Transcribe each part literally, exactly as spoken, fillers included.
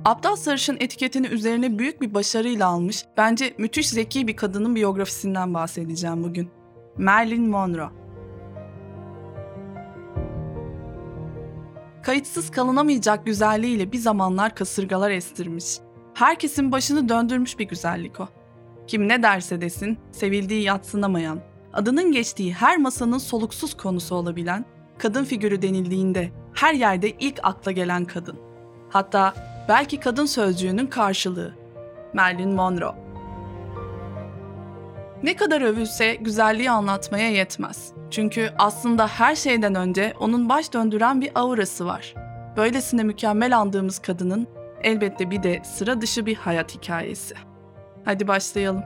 Aptal sarışın etiketini üzerine büyük bir başarıyla almış, bence müthiş zeki bir kadının biyografisinden bahsedeceğim bugün. Marilyn Monroe. Kayıtsız kalınamayacak güzelliğiyle bir zamanlar kasırgalar estirmiş. Herkesin başını döndürmüş bir güzellik o. Kim ne derse desin, sevildiği yadsınamayan, adının geçtiği her masanın soluksuz konusu olabilen, kadın figürü denildiğinde her yerde ilk akla gelen kadın. Hatta belki kadın sözcüğünün karşılığı. Marilyn Monroe. Ne kadar övülse güzelliği anlatmaya yetmez. Çünkü aslında her şeyden önce onun baş döndüren bir aurası var. Böylesine mükemmel andığımız kadının elbette bir de sıra dışı bir hayat hikayesi. Hadi başlayalım.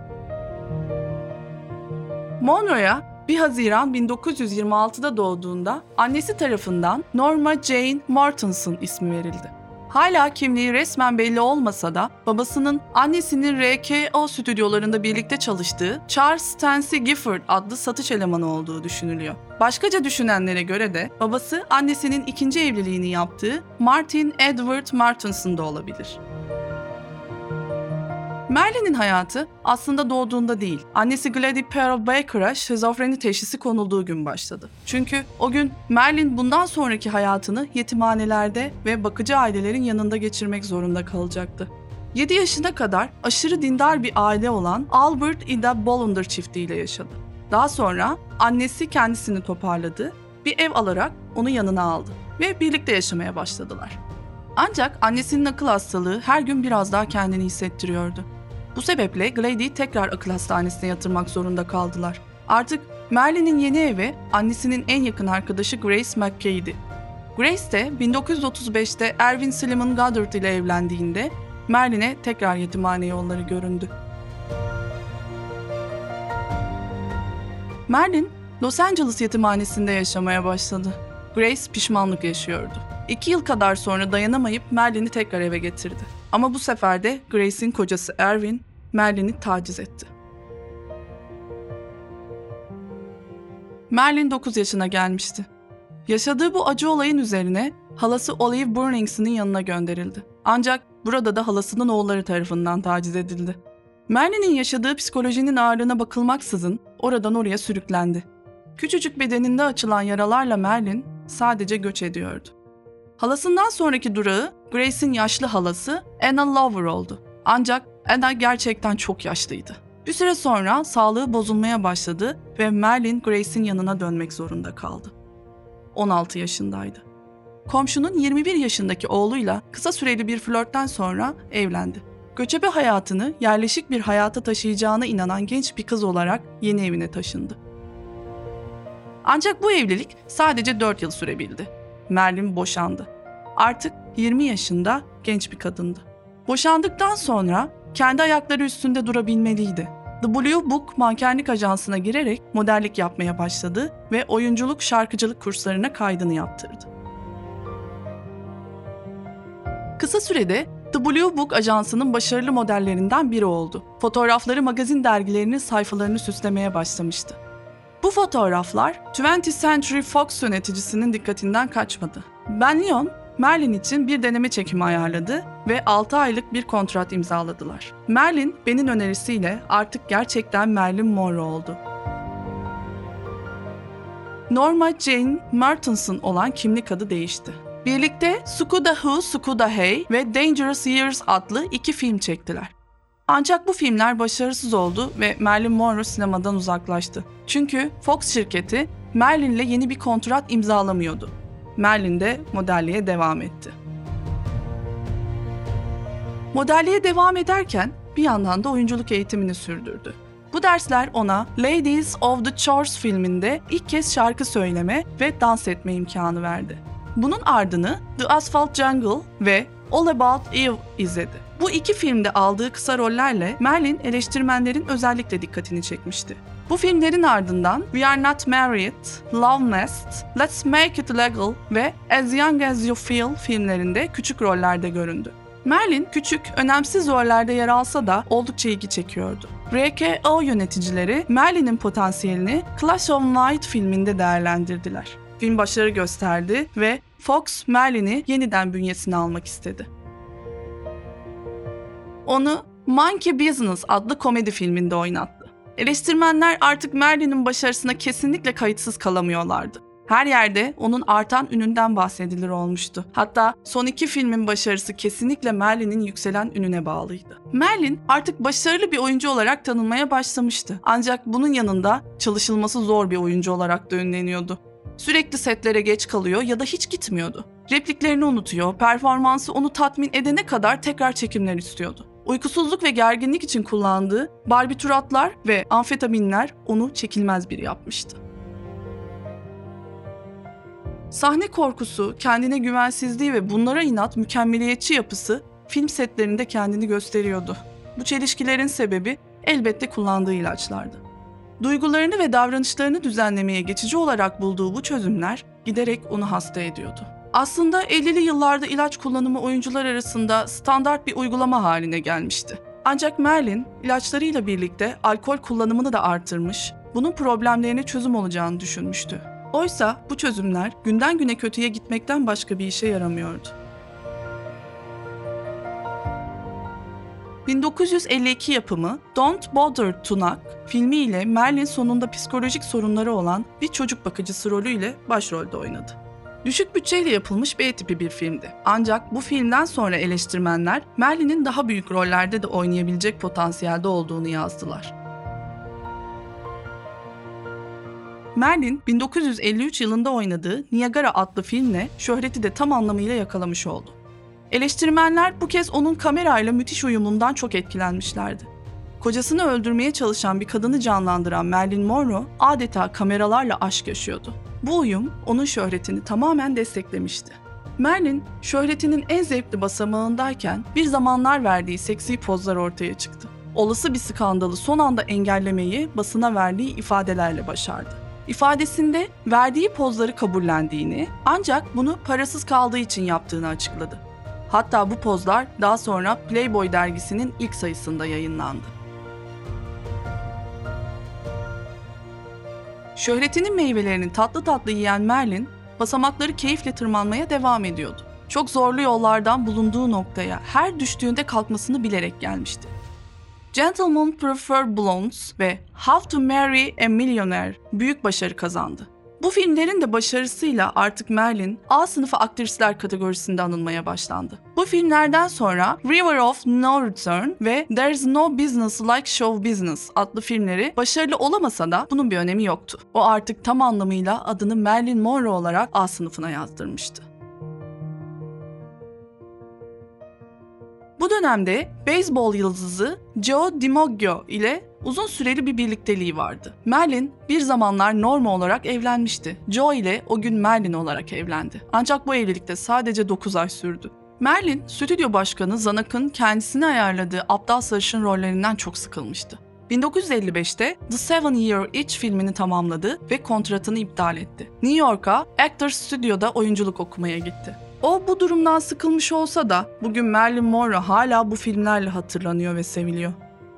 Monroe'ya bir Haziran bin dokuz yüz yirmi altıda doğduğunda annesi tarafından Norma Jane Mortensen ismi verildi. Hala kimliği resmen belli olmasa da babasının annesinin R K O stüdyolarında birlikte çalıştığı Charles Stanley Gifford adlı satış elemanı olduğu düşünülüyor. Başkaca düşünenlere göre de babası annesinin ikinci evliliğini yaptığı Martin Edward Mortensen da olabilir. Marilyn'in hayatı aslında doğduğunda değil, annesi Gladys Pearl Baker'a şizofreni teşhisi konulduğu gün başladı. Çünkü o gün Marilyn bundan sonraki hayatını yetimhanelerde ve bakıcı ailelerin yanında geçirmek zorunda kalacaktı. yedi yaşına kadar aşırı dindar bir aile olan Albert Ida Bolunder çiftiyle yaşadı. Daha sonra annesi kendisini toparladı, bir ev alarak onu yanına aldı ve birlikte yaşamaya başladılar. Ancak annesinin akıl hastalığı her gün biraz daha kendini hissettiriyordu. Bu sebeple Glady'yi tekrar akıl hastanesine yatırmak zorunda kaldılar. Artık Marilyn'in yeni evi annesinin en yakın arkadaşı Grace McKay'di. Grace de bin dokuz yüz otuz beşte Erwin Slimon Goddard ile evlendiğinde Marilyn'e tekrar yetimhane yolları göründü. Marilyn, Los Angeles yetimhanesinde yaşamaya başladı. Grace pişmanlık yaşıyordu. İki yıl kadar sonra dayanamayıp Marilyn'i tekrar eve getirdi. Ama bu sefer de Grace'in kocası Erwin, Marilyn'i taciz etti. Marilyn dokuz yaşına gelmişti. Yaşadığı bu acı olayın üzerine halası Olive Burnings'in yanına gönderildi. Ancak burada da halasının oğulları tarafından taciz edildi. Marilyn'in yaşadığı psikolojinin ağırlığına bakılmaksızın oradan oraya sürüklendi. Küçücük bedeninde açılan yaralarla Marilyn sadece göç ediyordu. Halasından sonraki durağı Grace'in yaşlı halası Anna Lover oldu. Ancak Anna gerçekten çok yaşlıydı. Bir süre sonra sağlığı bozulmaya başladı ve Marilyn Grace'in yanına dönmek zorunda kaldı. on altı yaşındaydı. Komşunun yirmi bir yaşındaki oğluyla kısa süreli bir flörtten sonra evlendi. Göçebe hayatını yerleşik bir hayata taşıyacağına inanan genç bir kız olarak yeni evine taşındı. Ancak bu evlilik sadece dört yıl sürebildi. Marilyn boşandı. Artık yirmi yaşında genç bir kadındı. Boşandıktan sonra kendi ayakları üstünde durabilmeliydi. The Blue Book mankenlik ajansına girerek modellik yapmaya başladı ve oyunculuk, şarkıcılık kurslarına kaydını yaptırdı. Kısa sürede The Blue Book ajansının başarılı modellerinden biri oldu. Fotoğrafları magazin dergilerinin sayfalarını süslemeye başlamıştı. Bu fotoğraflar twentieth Century Fox yöneticisinin dikkatinden kaçmadı. Ben Lyon, Marilyn için bir deneme çekimi ayarladı ve altı aylık bir kontrat imzaladılar. Marilyn, Ben'in önerisiyle artık gerçekten Marilyn Monroe oldu. Norma Jane Mortensen olan kimlik adı değişti. Birlikte Skuda Who, Skuda Hey ve Dangerous Years adlı iki film çektiler. Ancak bu filmler başarısız oldu ve Marilyn Monroe sinemadan uzaklaştı. Çünkü Fox şirketi Marilyn'le yeni bir kontrat imzalamıyordu. Marilyn de modelliğe devam etti. Modelliğe devam ederken bir yandan da oyunculuk eğitimini sürdürdü. Bu dersler ona Ladies of the Shores filminde ilk kez şarkı söyleme ve dans etme imkanı verdi. Bunun ardını The Asphalt Jungle ve All About Eve izledi. Bu iki filmde aldığı kısa rollerle Marilyn eleştirmenlerin özellikle dikkatini çekmişti. Bu filmlerin ardından We Are Not Married, Love Nest, Let's Make It Legal ve As Young As You Feel filmlerinde küçük rollerde göründü. Marilyn küçük, önemsiz rollerde yer alsa da oldukça ilgi çekiyordu. R K O yöneticileri Marilyn'in potansiyelini Clash of Night filminde değerlendirdiler. Film başarı gösterdi ve Fox, Marilyn'i yeniden bünyesine almak istedi. onu Monkey Business adlı komedi filminde oynattı. Eleştirmenler artık Merlin'in başarısına kesinlikle kayıtsız kalamıyorlardı. Her yerde onun artan ününden bahsedilir olmuştu. Hatta son iki filmin başarısı kesinlikle Merlin'in yükselen ününe bağlıydı. Merlin artık başarılı bir oyuncu olarak tanınmaya başlamıştı. Ancak bunun yanında çalışılması zor bir oyuncu olarak da ünleniyordu. Sürekli setlere geç kalıyor ya da hiç gitmiyordu. Repliklerini unutuyor, performansı onu tatmin edene kadar tekrar çekimler istiyordu. Uykusuzluk ve gerginlik için kullandığı barbituratlar ve amfetaminler onu çekilmez biri yapmıştı. Sahne korkusu, kendine güvensizliği ve bunlara inat mükemmeliyetçi yapısı film setlerinde kendini gösteriyordu. Bu çelişkilerin sebebi elbette kullandığı ilaçlardı. Duygularını ve davranışlarını düzenlemeye geçici olarak bulduğu bu çözümler giderek onu hasta ediyordu. Aslında ellili yıllarda ilaç kullanımı oyuncular arasında standart bir uygulama haline gelmişti. Ancak Merlin ilaçlarıyla birlikte alkol kullanımını da artırmış, bunun problemlerine çözüm olacağını düşünmüştü. Oysa bu çözümler günden güne kötüye gitmekten başka bir işe yaramıyordu. bin dokuz yüz elli iki yapımı Don't Bother to Knock filmiyle Merlin sonunda psikolojik sorunları olan bir çocuk bakıcısı rolüyle başrolde oynadı. Düşük bütçeyle yapılmış B tipi bir filmdi. Ancak bu filmden sonra eleştirmenler Merlin'in daha büyük rollerde de oynayabilecek potansiyelde olduğunu yazdılar. Merlin, bin dokuz yüz elli üç yılında oynadığı Niagara adlı filmle şöhreti de tam anlamıyla yakalamış oldu. Eleştirmenler bu kez onun kamerayla müthiş uyumundan çok etkilenmişlerdi. Kocasını öldürmeye çalışan bir kadını canlandıran Marilyn Monroe adeta kameralarla aşk yaşıyordu. Bu uyum onun şöhretini tamamen desteklemişti. Merlin, şöhretinin en zevkli basamağındayken bir zamanlar verdiği seksi pozlar ortaya çıktı. Olası bir skandalı son anda engellemeyi basına verdiği ifadelerle başardı. İfadesinde verdiği pozları kabullendiğini, ancak bunu parasız kaldığı için yaptığını açıkladı. Hatta bu pozlar daha sonra Playboy dergisinin ilk sayısında yayınlandı. Şöhretinin meyvelerini tatlı tatlı yiyen Merlin, basamakları keyifle tırmanmaya devam ediyordu. Çok zorlu yollardan bulunduğu noktaya her düştüğünde kalkmasını bilerek gelmişti. Gentlemen Prefer Blondes ve How to Marry a Millionaire büyük başarı kazandı. Bu filmlerin de başarısıyla artık Merlin A sınıfı aktrisler kategorisinde anılmaya başlandı. Bu filmlerden sonra River of No Return ve There's No Business Like Show Business adlı filmleri başarılı olamasa da bunun bir önemi yoktu. O artık tam anlamıyla adını Marilyn Monroe olarak A sınıfına yazdırmıştı. Bu dönemde beyzbol yıldızı Joe DiMaggio ile uzun süreli bir birlikteliği vardı. Merlin bir zamanlar Norma olarak evlenmişti. Joe ile o gün Merlin olarak evlendi. Ancak bu evlilikte sadece dokuz ay sürdü. Merlin, stüdyo başkanı Zanak'ın kendisine ayarladığı aptal sarışın rollerinden çok sıkılmıştı. bin dokuz yüz elli beşte The Seven Year Itch filmini tamamladı ve kontratını iptal etti. New York'a Actors Studio'da oyunculuk okumaya gitti. O bu durumdan sıkılmış olsa da bugün Marilyn Monroe hala bu filmlerle hatırlanıyor ve seviliyor.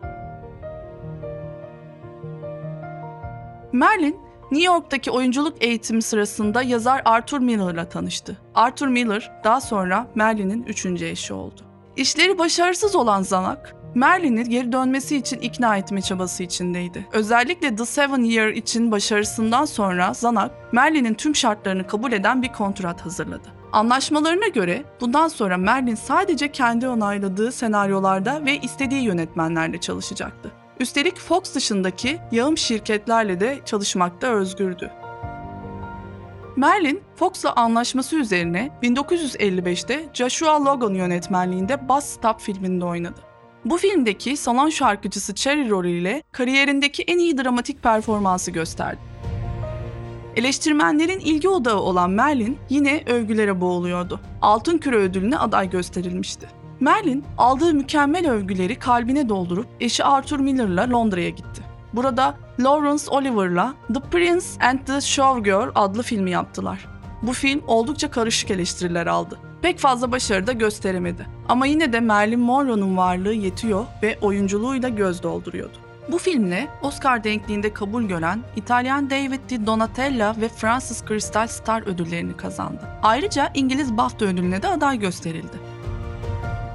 Merlin, New York'taki oyunculuk eğitimi sırasında yazar Arthur Miller'la tanıştı. Arthur Miller daha sonra Merlin'in üçüncü eşi oldu. İşleri başarısız olan Zanuck, Merlin'i geri dönmesi için ikna etme çabası içindeydi. Özellikle The Seven Year için başarısından sonra Zanuck, Merlin'in tüm şartlarını kabul eden bir kontrat hazırladı. Anlaşmalarına göre bundan sonra Merlin sadece kendi onayladığı senaryolarda ve istediği yönetmenlerle çalışacaktı. Üstelik Fox dışındaki yağım şirketlerle de çalışmakta özgürdü. Merlin, Fox'la anlaşması üzerine bin dokuz yüz elli beşte Joshua Logan yönetmenliğinde Bus Stop filminde oynadı. Bu filmdeki salon şarkıcısı Cherry rolüyle kariyerindeki en iyi dramatik performansı gösterdi. Eleştirmenlerin ilgi odağı olan Merlin yine övgülere boğuluyordu. Altın Küre ödülüne aday gösterilmişti. Merlin aldığı mükemmel övgüleri kalbine doldurup eşi Arthur Miller'la Londra'ya gitti. Burada Laurence Olivier The Prince and the Showgirl adlı filmi yaptılar. Bu film oldukça karışık eleştiriler aldı. Pek fazla başarı da gösteremedi. Ama yine de Marilyn Monroe'nun varlığı yetiyor ve oyunculuğuyla göz dolduruyordu. Bu filmle Oscar denkliğinde kabul gören İtalyan David Di Donatella ve Francis Crystal Star ödüllerini kazandı. Ayrıca İngiliz BAFTA ödülüne de aday gösterildi.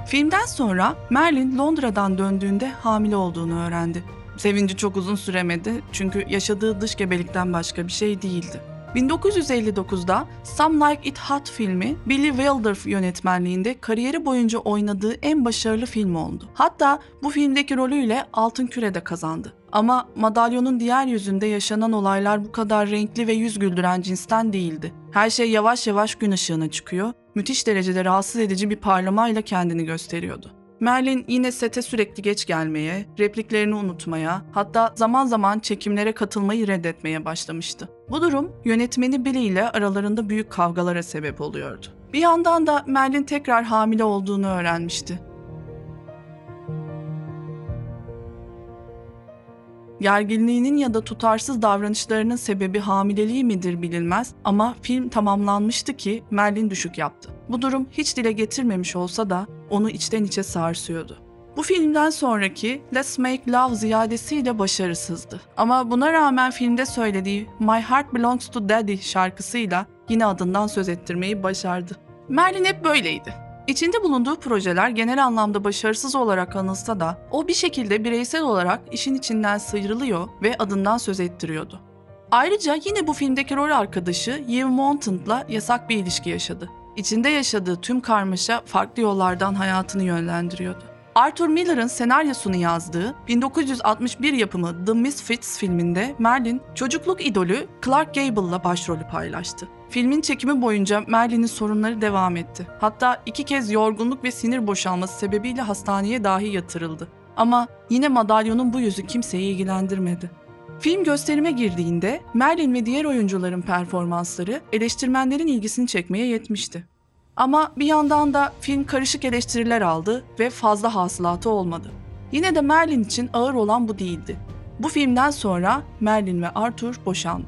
Filmden sonra Marilyn Londra'dan döndüğünde hamile olduğunu öğrendi. Sevinci çok uzun süremedi çünkü yaşadığı dış gebelikten başka bir şey değildi. bin dokuz yüz elli dokuzda Some Like It Hot filmi Billy Wilder yönetmenliğinde kariyeri boyunca oynadığı en başarılı film oldu. Hatta bu filmdeki rolüyle Altın Küre de kazandı. Ama madalyonun diğer yüzünde yaşanan olaylar bu kadar renkli ve yüz güldüren cinsten değildi. Her şey yavaş yavaş gün ışığına çıkıyor, müthiş derecede rahatsız edici bir parlamayla kendini gösteriyordu. Marilyn yine sete sürekli geç gelmeye, repliklerini unutmaya, hatta zaman zaman çekimlere katılmayı reddetmeye başlamıştı. Bu durum yönetmeni Billy ile aralarında büyük kavgalara sebep oluyordu. Bir yandan da Marilyn tekrar hamile olduğunu öğrenmişti. Gerginliğinin ya da tutarsız davranışlarının sebebi hamileliği midir bilinmez ama film tamamlanmıştı ki Marilyn düşük yaptı. Bu durum hiç dile getirmemiş olsa da onu içten içe sarsıyordu. Bu filmden sonraki Let's Make Love ziyadesiyle başarısızdı. Ama buna rağmen filmde söylediği My Heart Belongs to Daddy şarkısıyla yine adından söz ettirmeyi başardı. Marilyn hep böyleydi. İçinde bulunduğu projeler genel anlamda başarısız olarak anılsa da o bir şekilde bireysel olarak işin içinden sıyrılıyor ve adından söz ettiriyordu. Ayrıca yine bu filmdeki rol arkadaşı Eve Montand'la yasak bir ilişki yaşadı. İçinde yaşadığı tüm karmaşa farklı yollardan hayatını yönlendiriyordu. Arthur Miller'ın senaryosunu yazdığı bin dokuz yüz altmış bir yapımı The Misfits filminde Marilyn çocukluk idolü Clark Gable'la başrolü paylaştı. Filmin çekimi boyunca Marilyn'in sorunları devam etti. Hatta iki kez yorgunluk ve sinir boşalması sebebiyle hastaneye dahi yatırıldı. Ama yine madalyonun bu yüzü kimseyi ilgilendirmedi. Film gösterime girdiğinde Marilyn ve diğer oyuncuların performansları eleştirmenlerin ilgisini çekmeye yetmişti. Ama bir yandan da film karışık eleştiriler aldı ve fazla hasılatı olmadı. Yine de Marilyn için ağır olan bu değildi. Bu filmden sonra Marilyn ve Arthur boşandı.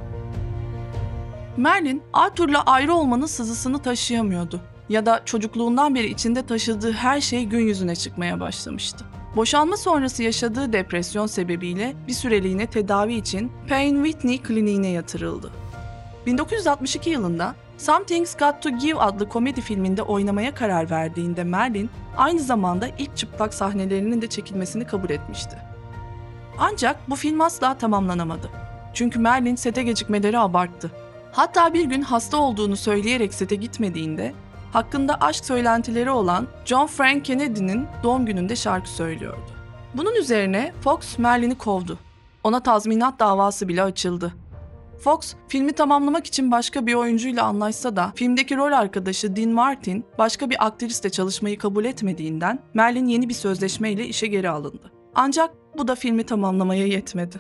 Marilyn, Arthur'la ayrı olmanın sızısını taşıyamıyordu ya da çocukluğundan beri içinde taşıdığı her şey gün yüzüne çıkmaya başlamıştı. Boşanma sonrası yaşadığı depresyon sebebiyle bir süreliğine tedavi için Payne Whitney Kliniğine yatırıldı. bin dokuz yüz altmış iki yılında Something's Got to Give adlı komedi filminde oynamaya karar verdiğinde Marilyn aynı zamanda ilk çıplak sahnelerinin de çekilmesini kabul etmişti. Ancak bu film asla tamamlanamadı. Çünkü Marilyn sete gecikmeleri abarttı. Hatta bir gün hasta olduğunu söyleyerek sete gitmediğinde hakkında aşk söylentileri olan John Frank Kennedy'nin doğum gününde şarkı söylüyordu. Bunun üzerine Fox Marilyn'i kovdu. Ona tazminat davası bile açıldı. Fox, filmi tamamlamak için başka bir oyuncuyla anlaşsa da filmdeki rol arkadaşı Dean Martin başka bir aktrisle çalışmayı kabul etmediğinden Marilyn yeni bir sözleşmeyle işe geri alındı. Ancak bu da filmi tamamlamaya yetmedi.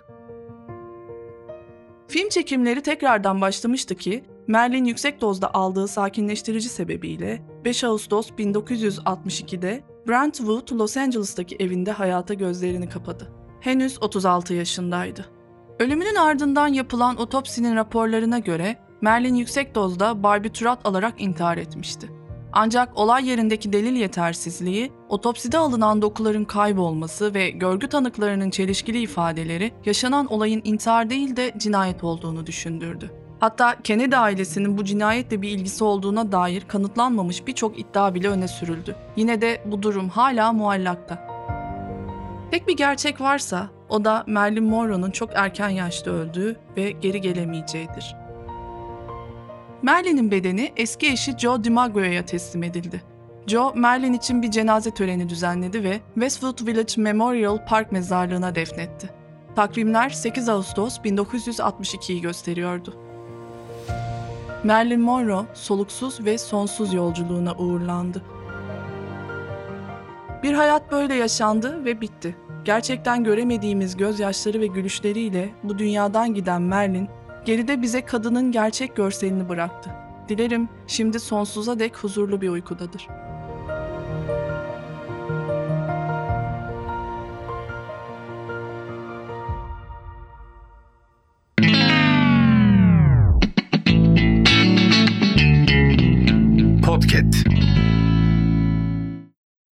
Film çekimleri tekrardan başlamıştı ki Marilyn yüksek dozda aldığı sakinleştirici sebebiyle beş Ağustos bin dokuz yüz altmış ikide Brentwood, Los Angeles'taki evinde hayata gözlerini kapadı. Henüz otuz altı yaşındaydı. Ölümünün ardından yapılan otopsinin raporlarına göre Marilyn yüksek dozda barbiturat alarak intihar etmişti. Ancak olay yerindeki delil yetersizliği, otopside alınan dokuların kaybolması ve görgü tanıklarının çelişkili ifadeleri yaşanan olayın intihar değil de cinayet olduğunu düşündürdü. Hatta Kennedy ailesinin bu cinayetle bir ilgisi olduğuna dair kanıtlanmamış birçok iddia bile öne sürüldü. Yine de bu durum hala muallakta. Tek bir gerçek varsa o da Marilyn Monroe'nun çok erken yaşta öldüğü ve geri gelemeyeceğidir. Marilyn'in bedeni eski eşi Joe DiMaggio'ya teslim edildi. Joe, Marilyn için bir cenaze töreni düzenledi ve Westwood Village Memorial Park mezarlığına defnetti. Takvimler sekiz Ağustos bin dokuz yüz altmış ikiyi gösteriyordu. Marilyn Monroe soluksuz ve sonsuz yolculuğuna uğurlandı. Bir hayat böyle yaşandı ve bitti. Gerçekten göremediğimiz gözyaşları ve gülüşleriyle bu dünyadan giden Marilyn, geride bize kadının gerçek görselini bıraktı. Dilerim şimdi sonsuza dek huzurlu bir uykudadır.